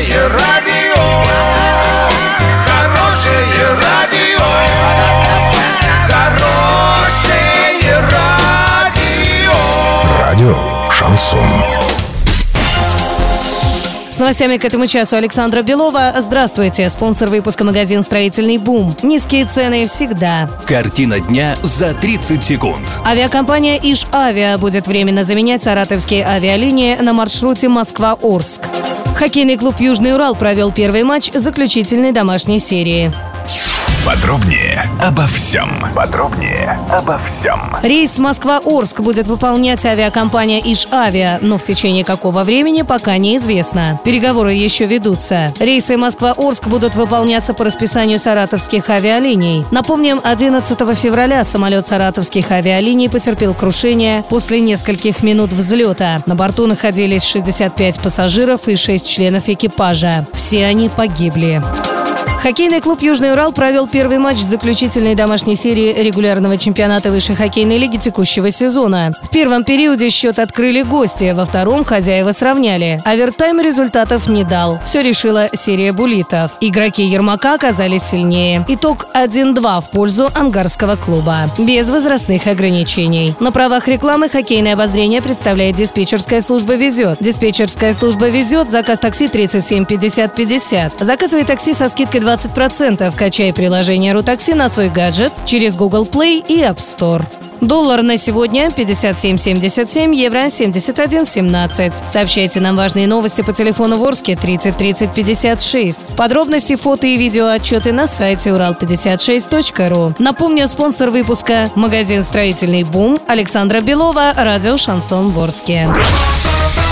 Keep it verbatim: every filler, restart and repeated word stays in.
Хорошее радио, хорошее радио, хорошее радио. Радио Шансон. С новостями к этому часу Александра Белова. Здравствуйте. Спонсор выпуска — магазин «Строительный бум». Низкие цены всегда. Картина дня за тридцать секунд. Авиакомпания «Иш-Авиа» будет временно заменять саратовские авиалинии на маршруте Москва-Орск. Хоккейный клуб «Южный Урал» провел первый матч заключительной домашней серии. Подробнее обо всем. Подробнее обо всем. Рейс Москва-Орск будет выполнять авиакомпания «Иш-Авиа», но в течение какого времени пока неизвестно. Переговоры еще ведутся. Рейсы Москва-Орск будут выполняться по расписанию саратовских авиалиний. Напомним, одиннадцатого февраля самолет саратовских авиалиний потерпел крушение после нескольких минут взлета. На борту находились шестьдесят пять пассажиров и шесть членов экипажа. Все они погибли. Хоккейный клуб «Южный Урал» провел первый матч заключительной домашней серии регулярного чемпионата высшей хоккейной лиги текущего сезона. В первом периоде счет открыли гости, во втором хозяева сравняли. Овертайм результатов не дал. Все решила серия буллитов. Игроки Ермака оказались сильнее. Итог один-два в пользу ангарского клуба. Без возрастных ограничений. На правах рекламы хоккейное обозрение представляет диспетчерская служба «Везет». Диспетчерская служба «Везет». Заказ такси тридцать семь пятьдесят пятьдесят. Заказывай такси со скидкой двадцать процентов. Качай приложение «Рутакси» на свой гаджет через Google Play и App Store. Доллар на сегодня пятьдесят семь семьдесят семь, евро семьдесят один семнадцать. Сообщайте нам важные новости по телефону в Орске тридцать тридцать пятьдесят шесть. Подробности, фото и видео отчеты на сайте урал пятьдесят шесть точка ру. Напомню, спонсор выпуска — магазин «Строительный бум». Александра Белова, радио «Шансон» в Орске.